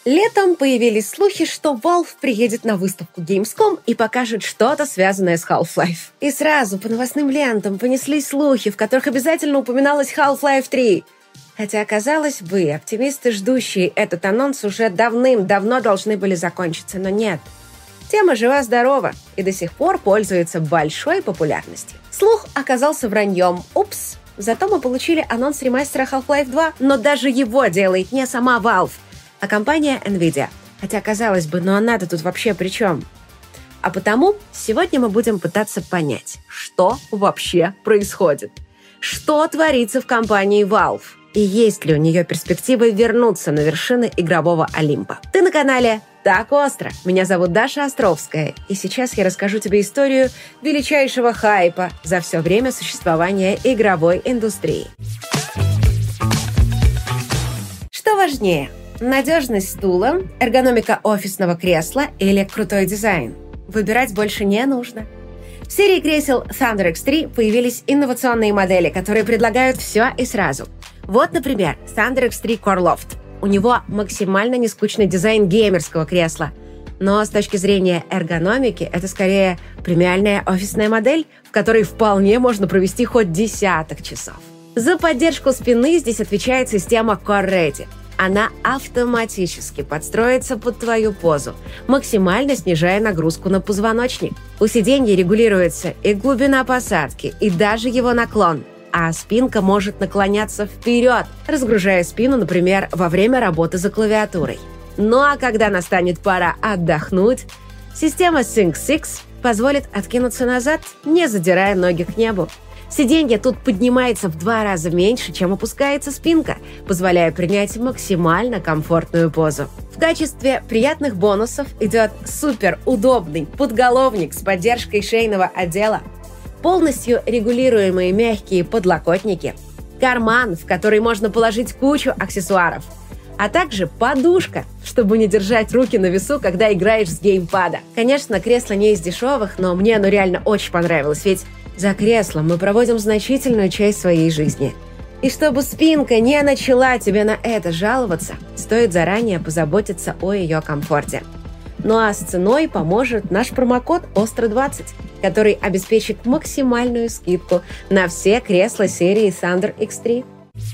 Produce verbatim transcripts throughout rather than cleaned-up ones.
Летом появились слухи, что Valve приедет на выставку Gamescom и покажет что-то, связанное с Half-Life. И сразу по новостным лентам понеслись слухи, в которых обязательно упоминалась Half-Life три. Хотя, казалось бы, оптимисты, ждущие этот анонс, уже давным-давно должны были закончиться, но нет. Тема жива-здорова и до сих пор пользуется большой популярностью. Слух оказался враньем. Упс. Зато мы получили анонс ремастера Half-Life два, но даже его делает не сама Valve, а компания NVIDIA. Хотя, казалось бы, но она-то тут вообще при чем? А потому сегодня мы будем пытаться понять, что вообще происходит. Что творится в компании Valve? И есть ли у нее перспективы вернуться на вершины игрового Олимпа? Ты на канале «Так остро». Меня зовут Даша Островская. И сейчас я расскажу тебе историю величайшего хайпа за все время существования игровой индустрии. Что важнее? Надежность стула, эргономика офисного кресла или крутой дизайн? Выбирать больше не нужно. В серии кресел Thunder икс три появились инновационные модели, которые предлагают все и сразу. Вот, например, Thunder икс три Core Loft. У него максимально нескучный дизайн геймерского кресла. Но с точки зрения эргономики, это скорее премиальная офисная модель, в которой вполне можно провести хоть десяток часов. За поддержку спины здесь отвечает система Core Ready. Она автоматически подстроится под твою позу, максимально снижая нагрузку на позвоночник. У сиденья регулируется и глубина посадки, и даже его наклон. А спинка может наклоняться вперед, разгружая спину, например, во время работы за клавиатурой. Ну а когда настанет пора отдохнуть, система Sync шесть позволит откинуться назад, не задирая ноги к небу. Сиденье тут поднимается в два раза меньше, чем опускается спинка, позволяя принять максимально комфортную позу. В качестве приятных бонусов идет суперудобный подголовник с поддержкой шейного отдела, полностью регулируемые мягкие подлокотники, карман, в который можно положить кучу аксессуаров, а также подушка, чтобы не держать руки на весу, когда играешь с геймпада. Конечно, кресло не из дешевых, но мне оно реально очень понравилось, ведь за креслом мы проводим значительную часть своей жизни. И чтобы спинка не начала тебе на это жаловаться, стоит заранее позаботиться о ее комфорте. Ну а с ценой поможет наш промокод остро двадцать, который обеспечит максимальную скидку на все кресла серии Thunder икс три.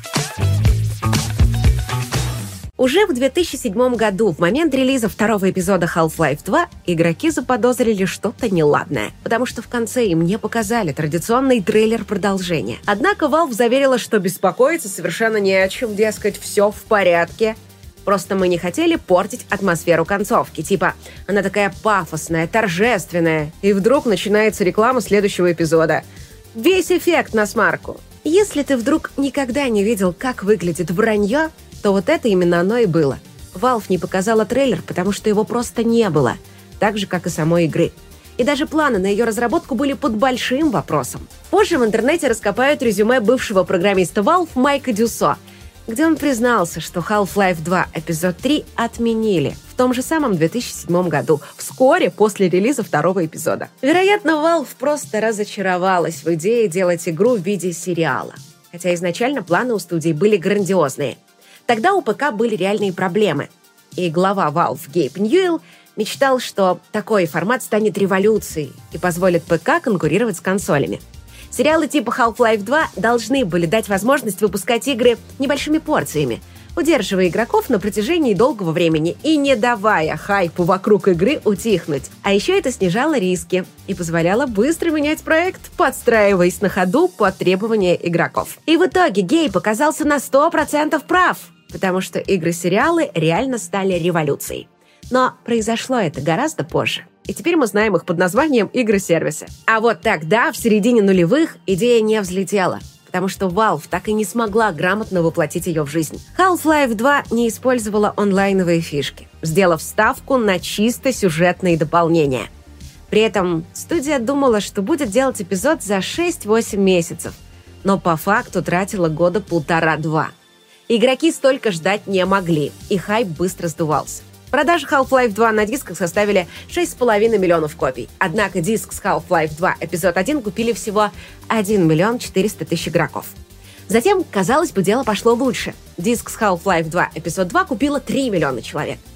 Уже в две тысячи седьмом году, в момент релиза второго эпизода Half-Life два, игроки заподозрили что-то неладное, потому что в конце им не показали традиционный трейлер продолжения. Однако Valve заверила, что беспокоиться совершенно не о чем, дескать, все в порядке. Просто мы не хотели портить атмосферу концовки. Типа, она такая пафосная, торжественная, и вдруг начинается реклама следующего эпизода. Весь эффект на смарку. Если ты вдруг никогда не видел, как выглядит вранье, то вот это именно оно и было. Valve не показала трейлер, потому что его просто не было, так же, как и самой игры. И даже планы на ее разработку были под большим вопросом. Позже в интернете раскопают резюме бывшего программиста Valve Майка Дюссо, где он признался, что Half-Life два эпизод три отменили в том же самом две тысячи седьмом году, вскоре после релиза второго эпизода. Вероятно, Valve просто разочаровалась в идее делать игру в виде сериала. Хотя изначально планы у студии были грандиозные. Тогда у ПК были реальные проблемы. И глава Valve Гейб Ньюэлл мечтал, что такой формат станет революцией и позволит ПК конкурировать с консолями. Сериалы типа Half-Life два должны были дать возможность выпускать игры небольшими порциями, удерживая игроков на протяжении долгого времени и не давая хайпу вокруг игры утихнуть. А еще это снижало риски и позволяло быстро менять проект, подстраиваясь на ходу под требования игроков. И в итоге Гейб оказался на сто процентов прав, потому что игры-сериалы реально стали революцией. Но произошло это гораздо позже. И теперь мы знаем их под названием игры-сервисы. А вот тогда, в середине нулевых, идея не взлетела, потому что Valve так и не смогла грамотно воплотить ее в жизнь. Half-Life два не использовала онлайновые фишки, сделав ставку на чисто сюжетные дополнения. При этом студия думала, что будет делать эпизод за шесть-восемь месяцев, но по факту тратила года полтора-два. Игроки столько ждать не могли, и хайп быстро сдувался. Продажи Half-Life два на дисках составили шесть с половиной миллионов копий. Однако диск с Half-Life два эпизод один купили всего один миллион четыреста тысяч игроков. Затем, казалось бы, дело пошло лучше. Диск с Half-Life два эпизод два купило три миллиона человек.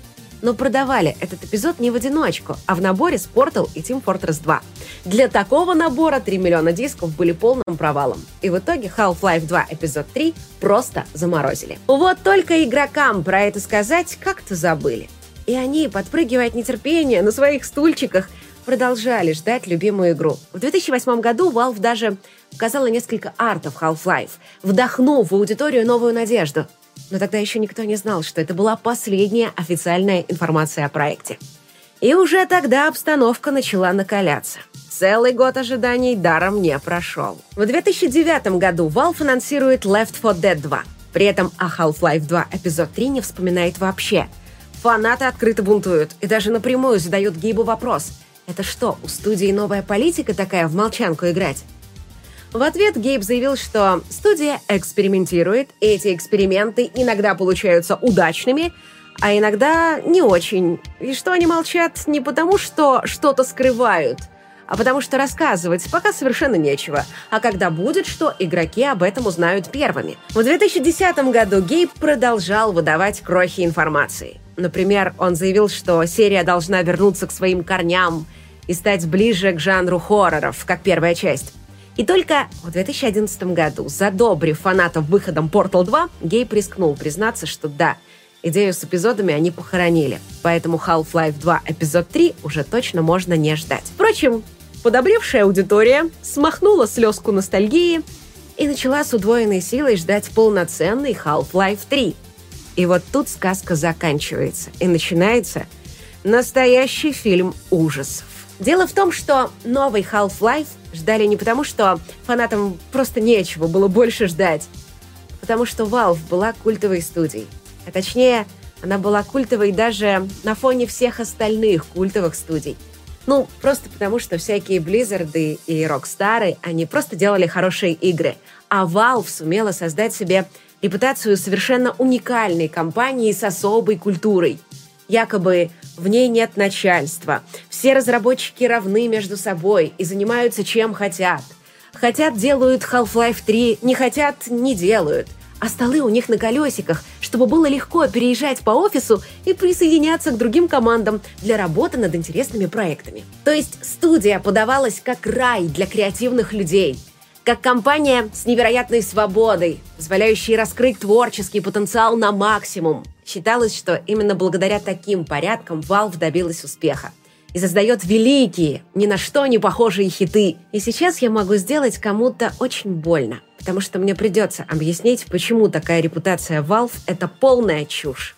Но продавали этот эпизод не в одиночку, а в наборе с Portal и Team Fortress два. Для такого набора три миллиона дисков были полным провалом. И в итоге Half-Life два эпизод три просто заморозили. Вот только игрокам про это сказать как-то забыли. И они, подпрыгивая от нетерпения на своих стульчиках, продолжали ждать любимую игру. В две тысячи восьмом году Valve даже показала несколько артов Half-Life, вдохнув в аудиторию новую надежду. Но тогда еще никто не знал, что это была последняя официальная информация о проекте. И уже тогда обстановка начала накаляться. Целый год ожиданий даром не прошел. В две тысячи девятом году Valve анонсирует Left фор Dead два. При этом о Half-Life два эпизод три не вспоминает вообще. Фанаты открыто бунтуют и даже напрямую задают Гейбу вопрос: это что, у студии новая политика такая в молчанку играть? В ответ Гейб заявил, что студия экспериментирует, и эти эксперименты иногда получаются удачными, а иногда не очень. И что они молчат не потому, что что-то скрывают, а потому что рассказывать пока совершенно нечего. А когда будет что, игроки об этом узнают первыми. В две тысячи десятом году Гейб продолжал выдавать крохи информации. Например, он заявил, что серия должна вернуться к своим корням и стать ближе к жанру хорроров, как первая часть. И только в две тысячи одиннадцатом году, задобрив фанатов выходом Portal два, Гейб рискнул признаться, что да, идею с эпизодами они похоронили, поэтому Half-Life два эпизод три уже точно можно не ждать. Впрочем, подобревшая аудитория смахнула слезку ностальгии и начала с удвоенной силой ждать полноценный Half-Life три. И вот тут сказка заканчивается, и начинается настоящий фильм ужасов. Дело в том, что новый Half-Life ждали не потому, что фанатам просто нечего было больше ждать, а потому что Valve была культовой студией. А точнее, она была культовой даже на фоне всех остальных культовых студий. Ну, просто потому, что всякие Blizzard и Rockstar, они просто делали хорошие игры, а Valve сумела создать себе репутацию совершенно уникальной компании с особой культурой. Якобы в ней нет начальства, все разработчики равны между собой и занимаются чем хотят. Хотят — делают Half-Life три, не хотят — не делают. А столы у них на колесиках, чтобы было легко переезжать по офису и присоединяться к другим командам для работы над интересными проектами. То есть студия подавалась как рай для креативных людей, как компания с невероятной свободой, позволяющей раскрыть творческий потенциал на максимум. Считалось, что именно благодаря таким порядкам Valve добилась успеха и создает великие, ни на что не похожие хиты. И сейчас я могу сделать кому-то очень больно, потому что мне придется объяснить, почему такая репутация Valve — это полная чушь.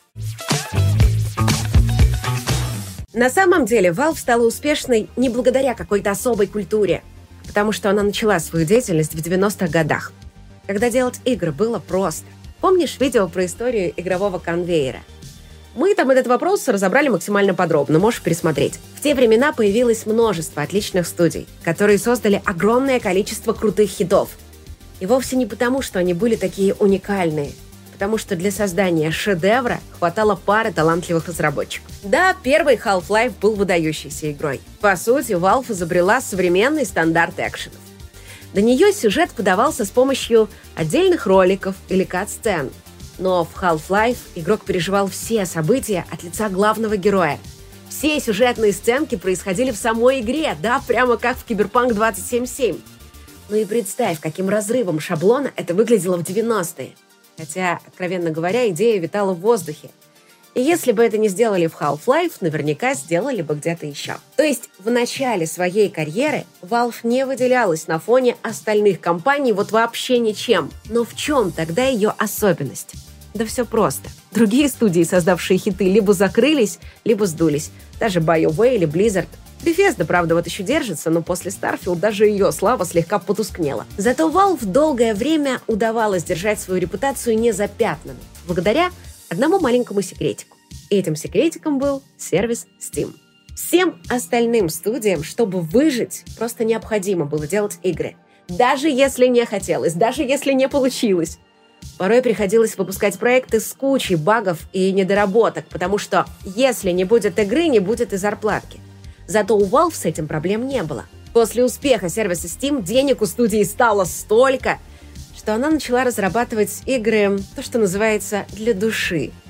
На самом деле Valve стала успешной не благодаря какой-то особой культуре, потому что она начала свою деятельность в девяностых годах, когда делать игры было просто. Помнишь видео про историю игрового конвейера? Мы там этот вопрос разобрали максимально подробно, можешь пересмотреть. В те времена появилось множество отличных студий, которые создали огромное количество крутых хитов. И вовсе не потому, что они были такие уникальные, потому что для создания шедевра хватало пары талантливых разработчиков. Да, первый Half-Life был выдающейся игрой. По сути, Valve изобрела современный стандарт экшенов. До нее сюжет подавался с помощью отдельных роликов или кат-сцен. Но в Half-Life игрок переживал все события от лица главного героя. Все сюжетные сценки происходили в самой игре, да, прямо как в Cyberpunk двадцать семь семь. Ну и представь, каким разрывом шаблона это выглядело в девяностые. Хотя, откровенно говоря, идея витала в воздухе. И если бы это не сделали в Half-Life, наверняка сделали бы где-то еще. То есть в начале своей карьеры Valve не выделялась на фоне остальных компаний вот вообще ничем. Но в чем тогда ее особенность? Да все просто. Другие студии, создавшие хиты, либо закрылись, либо сдулись. Даже BioWare или Blizzard. Bethesda, правда, вот еще держится, но после Starfield даже ее слава слегка потускнела. Зато Valve долгое время удавалось держать свою репутацию незапятнанной, благодаря одному маленькому секретику. И этим секретиком был сервис Steam. Всем остальным студиям, чтобы выжить, просто необходимо было делать игры. Даже если не хотелось, даже если не получилось. Порой приходилось выпускать проекты с кучей багов и недоработок, потому что если не будет игры, не будет и зарплатки. Зато у Valve с этим проблем не было. После успеха сервиса Steam денег у студии стало столько, что она начала разрабатывать игры, то, что называется, для души.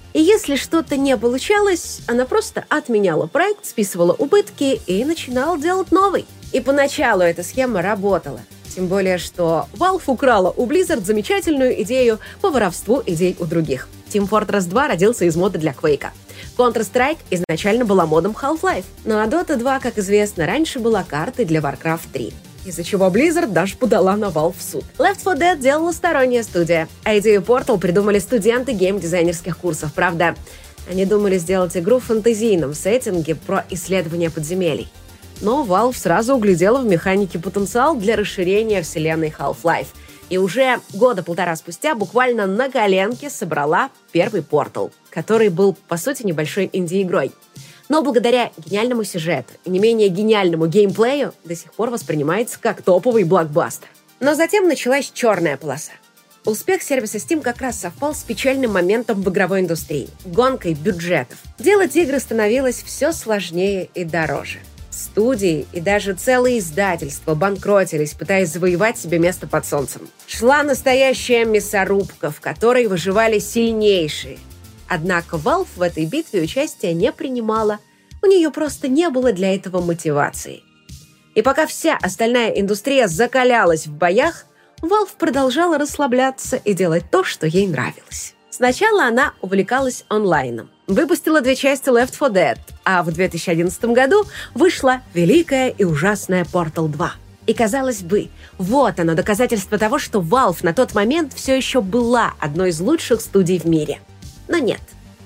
И если что-то не получалось, она просто отменяла проект, списывала убытки и начинала делать новый. И поначалу эта схема работала. Тем более, что Valve украла у Blizzard замечательную идею по воровству идей у других. Team Fortress два родился из мода для Quake. Counter-Strike изначально была модом Half-Life. Ну а Dota два, как известно, раньше была картой для Warcraft три. Из-за чего Blizzard даже подала на Valve в суд. Left four Dead делала сторонняя студия, а идею Portal придумали студенты геймдизайнерских курсов. Правда, они думали сделать игру в фэнтезийном сеттинге про исследование подземелий. Но Valve сразу углядела в механике потенциал для расширения вселенной Half-Life. И уже года полтора спустя буквально на коленке собрала первый Portal, который был, по сути, небольшой инди-игрой. Но благодаря гениальному сюжету и не менее гениальному геймплею до сих пор воспринимается как топовый блокбастер. Но затем началась черная полоса. Успех сервиса Steam как раз совпал с печальным моментом в игровой индустрии – гонкой бюджетов. Делать игры становилось все сложнее и дороже. Студии и даже целые издательства банкротились, пытаясь завоевать себе место под солнцем. Шла настоящая мясорубка, в которой выживали сильнейшие. Однако Valve в этой битве участия не принимала, у нее просто не было для этого мотивации. И пока вся остальная индустрия закалялась в боях, Valve продолжала расслабляться и делать то, что ей нравилось. Сначала она увлекалась онлайном. Выпустила две части Left four Dead, а в две тысячи одиннадцатом году вышла великая и ужасная Portal два. И, казалось бы, вот оно доказательство того, что Valve на тот момент все еще была одной из лучших студий в мире. Но нет.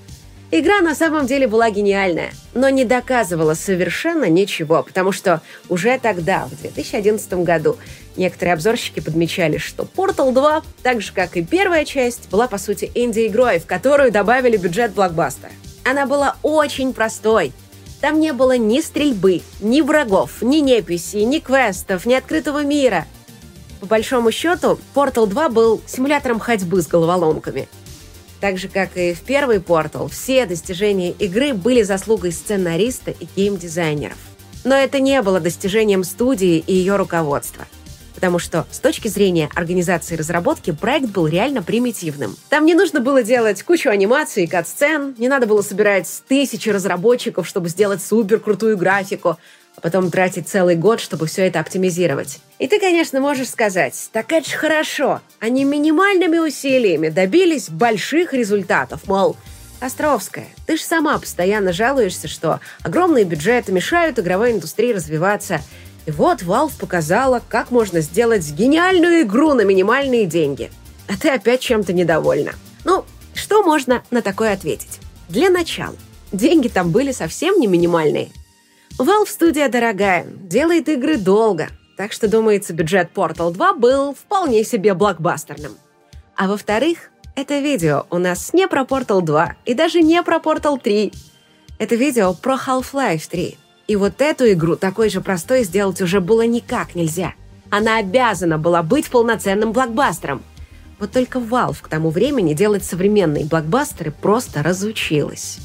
Игра на самом деле была гениальная, но не доказывала совершенно ничего, потому что уже тогда, в две тысячи одиннадцатом году, некоторые обзорщики подмечали, что Portal два, так же как и первая часть, была по сути инди-игрой, в которую добавили бюджет блокбастера. Она была очень простой. Там не было ни стрельбы, ни врагов, ни неписей, ни квестов, ни открытого мира. По большому счету, Portal два был симулятором ходьбы с головоломками. Так же, как и в первый Portal, все достижения игры были заслугой сценариста и геймдизайнеров. Но это не было достижением студии и ее руководства. Потому что с точки зрения организации разработки проект был реально примитивным. Там не нужно было делать кучу анимаций и кат-сцен, не надо было собирать тысячи разработчиков, чтобы сделать суперкрутую графику, а потом тратить целый год, чтобы все это оптимизировать. И ты, конечно, можешь сказать, так это ж хорошо. Они минимальными усилиями добились больших результатов. Мол, Островская, ты ж сама постоянно жалуешься, что огромные бюджеты мешают игровой индустрии развиваться. И вот Valve показала, как можно сделать гениальную игру на минимальные деньги. А ты опять чем-то недовольна. Ну, что можно на такое ответить? Для начала, деньги там были совсем не минимальные. Valve студия дорогая, делает игры долго, так что, думается, бюджет Portal два был вполне себе блокбастерным. А во-вторых, это видео у нас не про Portal два и даже не про Portal три. Это видео про Half-Life три. И вот эту игру такой же простой сделать уже было никак нельзя. Она обязана была быть полноценным блокбастером. Вот только Valve к тому времени делать современные блокбастеры просто разучилась.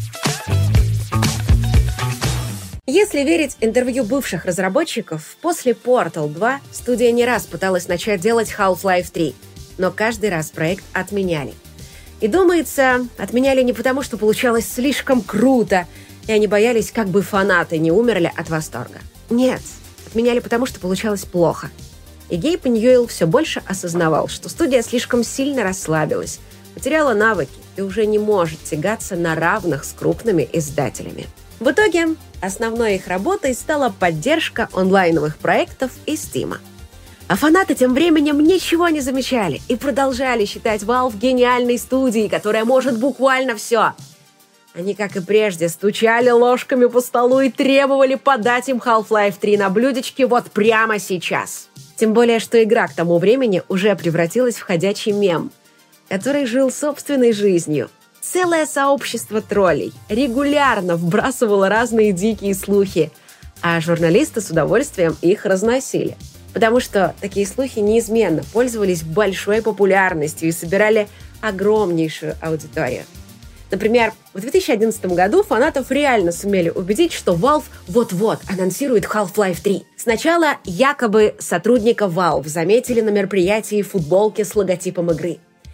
Если верить интервью бывших разработчиков, после Portal два студия не раз пыталась начать делать Half-Life три, но каждый раз проект отменяли. И, думается, отменяли не потому, что получалось слишком круто, и они боялись, как бы фанаты не умерли от восторга. Нет, отменяли потому, что получалось плохо. И Гейб Ньюэлл все больше осознавал, что студия слишком сильно расслабилась, потеряла навыки и уже не может тягаться на равных с крупными издателями. В итоге основной их работой стала поддержка онлайновых проектов и Steam. А фанаты тем временем ничего не замечали и продолжали считать Valve гениальной студией, которая может буквально все. Они, как и прежде, стучали ложками по столу и требовали подать им Half-Life три на блюдечке вот прямо сейчас. Тем более, что игра к тому времени уже превратилась в ходячий мем, который жил собственной жизнью. Целое сообщество троллей регулярно вбрасывало разные дикие слухи, а журналисты с удовольствием их разносили. Потому что такие слухи неизменно пользовались большой популярностью и собирали огромнейшую аудиторию. Например, в две тысячи одиннадцатом году фанатов реально сумели убедить, что Valve вот-вот анонсирует Half-Life три. Сначала якобы сотрудника Valve заметили на мероприятии футболки с логотипом игры.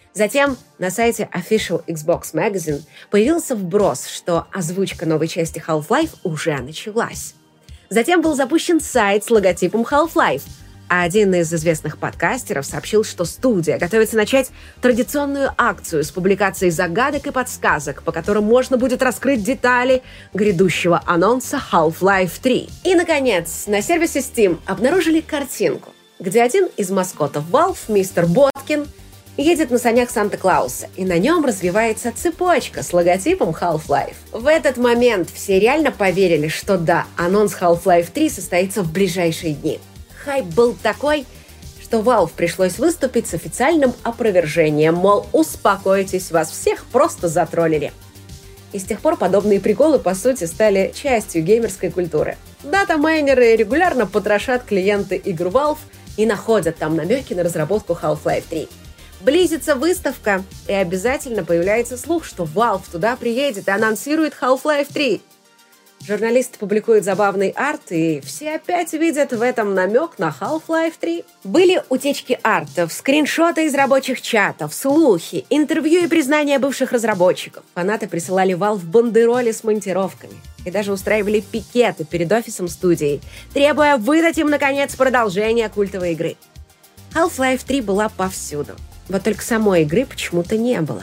Затем на сайте Official Xbox Magazine появился вброс, что озвучка новой части Half-Life уже началась. Затем был запущен сайт с логотипом Half-Life, а один из известных подкастеров сообщил, что студия готовится начать традиционную акцию с публикацией загадок и подсказок, по которым можно будет раскрыть детали грядущего анонса Half-Life три. И, наконец, на сервисе Steam обнаружили картинку, где один из маскотов Valve, мистер Боткин, едет на санях Санта-Клауса, и на нем развивается цепочка с логотипом Half-Life. В этот момент все реально поверили, что да, анонс Half-Life три состоится в ближайшие дни. Хайп был такой, что Valve пришлось выступить с официальным опровержением, мол, успокойтесь, вас всех просто затроллили. И с тех пор подобные приколы, по сути, стали частью геймерской культуры. Дата-майнеры регулярно потрошат клиенты игр Valve и находят там намеки на разработку Half-Life три. Близится выставка, и обязательно появляется слух, что Valve туда приедет и анонсирует Half-Life три. Журналисты публикуют забавный арт, и все опять видят в этом намек на Half-Life три. Были утечки артов, скриншоты из рабочих чатов, слухи, интервью и признания бывших разработчиков. Фанаты присылали Valve бандероли с монтировками и даже устраивали пикеты перед офисом студии, требуя выдать им, наконец, продолжение культовой игры. Half-Life три была повсюду. Вот только самой игры почему-то не было.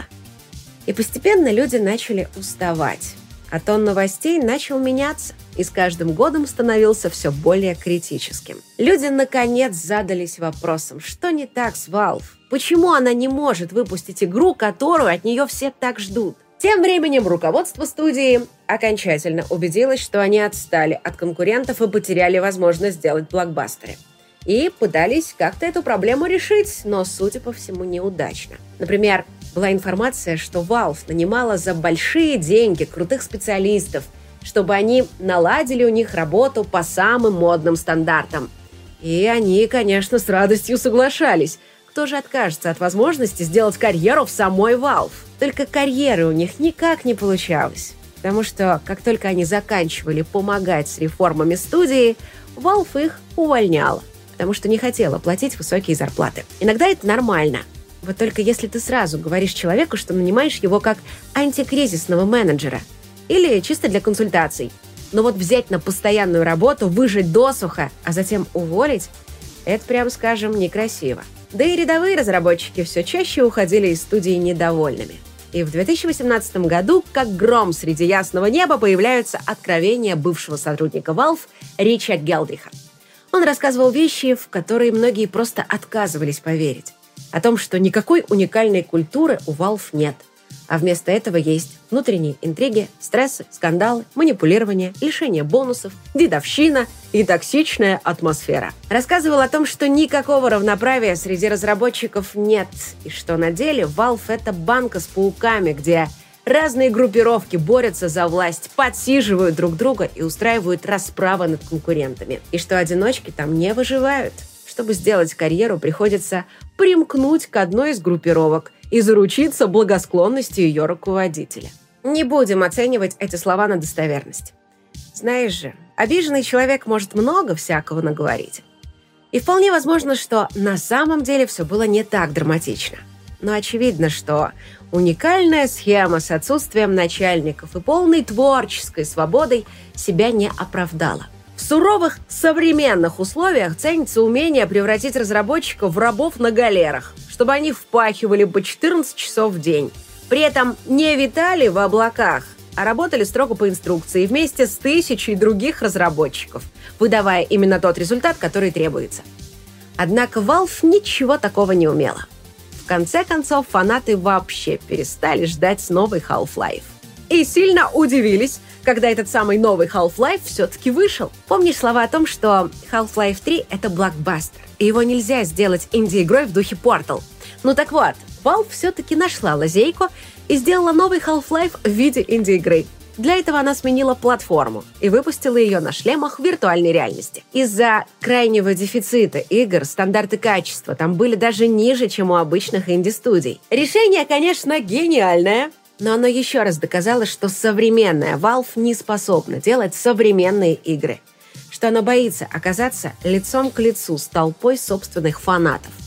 И постепенно люди начали уставать. А тон новостей начал меняться и с каждым годом становился все более критическим. Люди, наконец, задались вопросом, что не так с Valve? Почему она не может выпустить игру, которую от нее все так ждут? Тем временем руководство студии окончательно убедилось, что они отстали от конкурентов и потеряли возможность сделать блокбастеры. И пытались как-то эту проблему решить, но, судя по всему, неудачно. Например, была информация, что Valve нанимала за большие деньги крутых специалистов, чтобы они наладили у них работу по самым модным стандартам. И они, конечно, с радостью соглашались. Кто же откажется от возможности сделать карьеру в самой Valve? Только карьеры у них никак не получалось. Потому что, как только они заканчивали помогать с реформами студии, Valve их увольняла, потому что не хотела платить высокие зарплаты. Иногда это нормально. Вот только если ты сразу говоришь человеку, что нанимаешь его как антикризисного менеджера или чисто для консультаций. Но вот взять на постоянную работу, выжать досуха, а затем уволить – это, прям скажем, некрасиво. Да и рядовые разработчики все чаще уходили из студии недовольными. И в две тысячи восемнадцатом году, как гром среди ясного неба, появляются откровения бывшего сотрудника Valve Рича Гелдриха. Он рассказывал вещи, в которые многие просто отказывались поверить. О том, что никакой уникальной культуры у Valve нет. А вместо этого есть внутренние интриги, стрессы, скандалы, манипулирование, лишение бонусов, дедовщина и токсичная атмосфера. Рассказывал о том, что никакого равноправия среди разработчиков нет, и что на деле Valve — это банка с пауками, где разные группировки борются за власть, подсиживают друг друга и устраивают расправы над конкурентами. И что одиночки там не выживают. Чтобы сделать карьеру, приходится примкнуть к одной из группировок и заручиться благосклонностью ее руководителя. Не будем оценивать эти слова на достоверность. Знаешь же, обиженный человек может много всякого наговорить. И вполне возможно, что на самом деле все было не так драматично. Но очевидно, что уникальная схема с отсутствием начальников и полной творческой свободой себя не оправдала. В суровых современных условиях ценится умение превратить разработчиков в рабов на галерах, чтобы они впахивали по четырнадцать часов в день. При этом не витали в облаках, а работали строго по инструкции вместе с тысячей других разработчиков, выдавая именно тот результат, который требуется. Однако Valve ничего такого не умела. В конце концов, фанаты вообще перестали ждать новый Half-Life. И сильно удивились, когда этот самый новый Half-Life все-таки вышел. Помнишь слова о том, что Half-Life три — это блокбастер, и его нельзя сделать инди-игрой в духе Portal? Ну так вот, Valve все-таки нашла лазейку и сделала новый Half-Life в виде инди-игры. Для этого она сменила платформу и выпустила ее на шлемах виртуальной реальности. Из-за крайнего дефицита игр стандарты качества там были даже ниже, чем у обычных инди-студий. Решение, конечно, гениальное, но оно еще раз доказало, что современная Valve не способна делать современные игры, что она боится оказаться лицом к лицу с толпой собственных фанатов.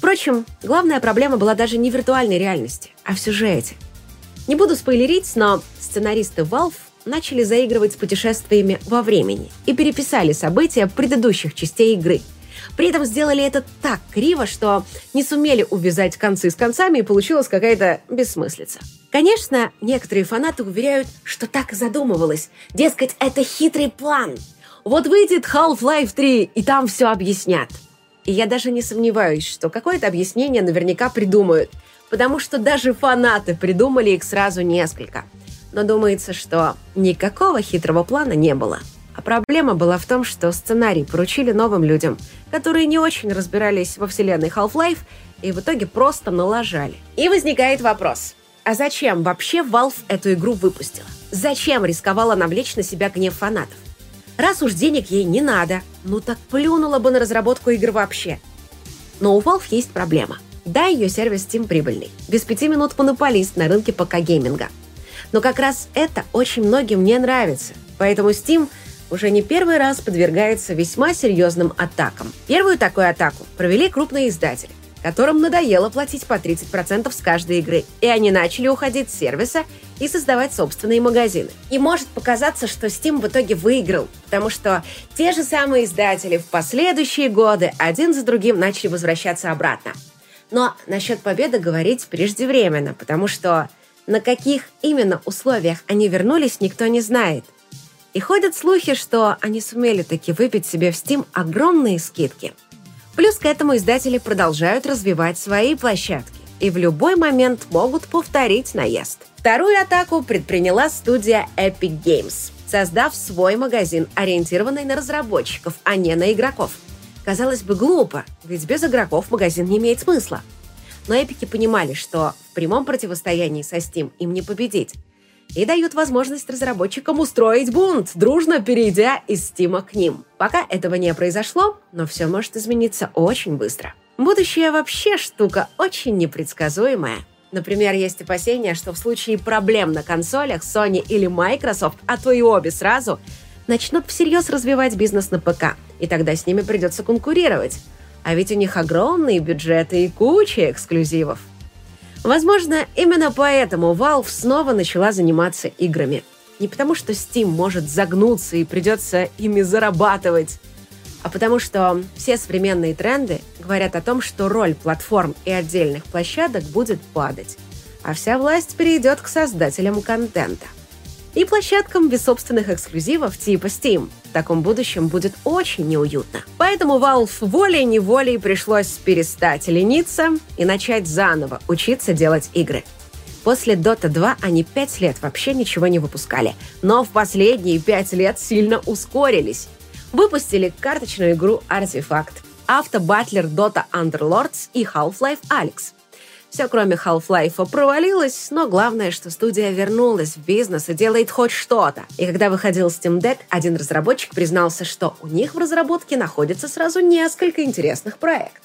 Впрочем, главная проблема была даже не в виртуальной реальности, а в сюжете. Не буду спойлерить, но сценаристы Valve начали заигрывать с путешествиями во времени и переписали события предыдущих частей игры. При этом сделали это так криво, что не сумели увязать концы с концами, и получилась какая-то бессмыслица. Конечно, некоторые фанаты уверяют, что так и задумывалось. Дескать, это хитрый план. Вот выйдет Half-Life три, и там все объяснят. И я даже не сомневаюсь, что какое-то объяснение наверняка придумают, потому что даже фанаты придумали их сразу несколько. Но думается, что никакого хитрого плана не было. А проблема была в том, что сценарий поручили новым людям, которые не очень разбирались во вселенной Half-Life и в итоге просто налажали. И возникает вопрос, а зачем вообще Valve эту игру выпустила? Зачем рисковала навлечь на себя гнев фанатов? Раз уж денег ей не надо, ну так плюнула бы на разработку игр вообще. Но у Valve есть проблема. Да, ее сервис Steam прибыльный. Без пяти минут монополист на рынке ПК-гейминга. Но как раз это очень многим не нравится. Поэтому Steam уже не первый раз подвергается весьма серьезным атакам. Первую такую атаку провели крупные издатели, которым надоело платить по тридцать процентов с каждой игры, и они начали уходить с сервиса и создавать собственные магазины. И может показаться, что Steam в итоге выиграл, потому что те же самые издатели в последующие годы один за другим начали возвращаться обратно. Но насчет победы говорить преждевременно, потому что на каких именно условиях они вернулись, никто не знает. И ходят слухи, что они сумели таки выбить себе в Steam огромные скидки. Плюс к этому издатели продолжают развивать свои площадки и в любой момент могут повторить наезд. Вторую атаку предприняла студия Epic Games, создав свой магазин, ориентированный на разработчиков, а не на игроков. Казалось бы, глупо, ведь без игроков магазин не имеет смысла. Но эпики понимали, что в прямом противостоянии со Steam им не победить, и дают возможность разработчикам устроить бунт, дружно перейдя из Steam к ним. Пока этого не произошло, но все может измениться очень быстро. Будущее вообще штука очень непредсказуемая. Например, есть опасения, что в случае проблем на консолях Sony или Microsoft, а то и обе сразу, начнут всерьез развивать бизнес на ПК, и тогда с ними придется конкурировать. А ведь у них огромные бюджеты и куча эксклюзивов. Возможно, именно поэтому Valve снова начала заниматься играми. Не потому, что Steam может загнуться и придется ими зарабатывать, а потому что все современные тренды говорят о том, что роль платформ и отдельных площадок будет падать, а вся власть перейдет к создателям контента. И площадкам без собственных эксклюзивов типа Steam в таком будущем будет очень неуютно. Поэтому Valve волей-неволей пришлось перестать лениться и начать заново учиться делать игры. После Дота два они пять лет вообще ничего не выпускали, но в последние пять лет сильно ускорились. Выпустили карточную игру Артефакт, автобатлер Dota Underlords и Half-Life Alyx. Все, кроме Half-Life, провалилось, но главное, что студия вернулась в бизнес и делает хоть что-то. И когда выходил Steam Deck, один разработчик признался, что у них в разработке находится сразу несколько интересных проектов.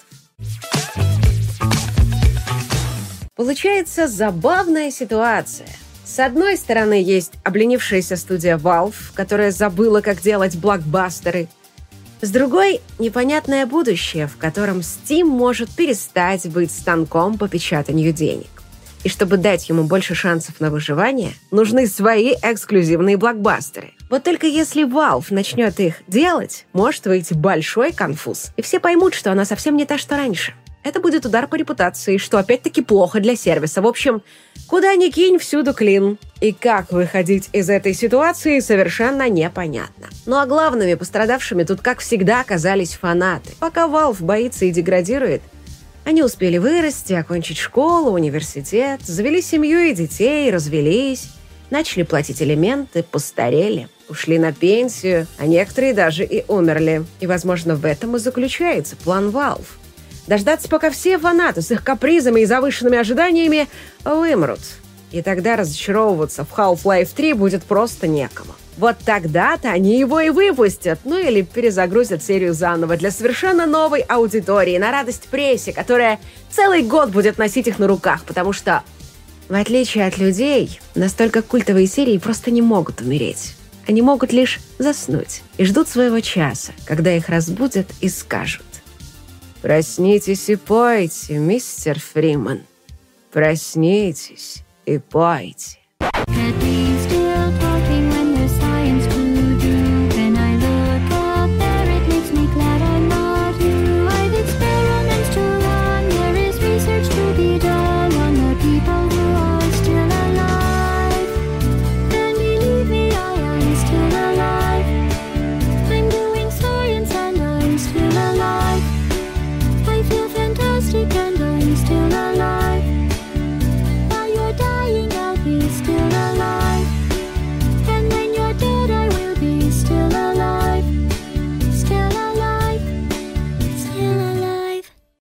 Получается забавная ситуация. С одной стороны, есть обленившаяся студия Valve, которая забыла, как делать блокбастеры. С другой — непонятное будущее, в котором Steam может перестать быть станком по печатанию денег. И чтобы дать ему больше шансов на выживание, нужны свои эксклюзивные блокбастеры. Вот только если Valve начнет их делать, может выйти большой конфуз, и все поймут, что она совсем не та, что раньше. Это будет удар по репутации, что опять-таки плохо для сервиса. В общем, куда ни кинь, всюду клин. И как выходить из этой ситуации, совершенно непонятно. Ну а главными пострадавшими тут, как всегда, оказались фанаты. Пока Valve боится и деградирует, они успели вырасти, окончить школу, университет, завели семью и детей, развелись, начали платить алименты, постарели, ушли на пенсию, а некоторые даже и умерли. И, возможно, в этом и заключается план Valve. Дождаться, пока все фанаты с их капризами и завышенными ожиданиями вымрут. И тогда разочаровываться в Half-Life три будет просто некому. Вот тогда-то они его и выпустят, ну или перезагрузят серию заново для совершенно новой аудитории, на радость прессе, которая целый год будет носить их на руках, потому что, в отличие от людей, настолько культовые серии просто не могут умереть. Они могут лишь заснуть и ждут своего часа, когда их разбудят и скажут: Проснитесь и пойте, мистер Фриман. Проснитесь и пойте.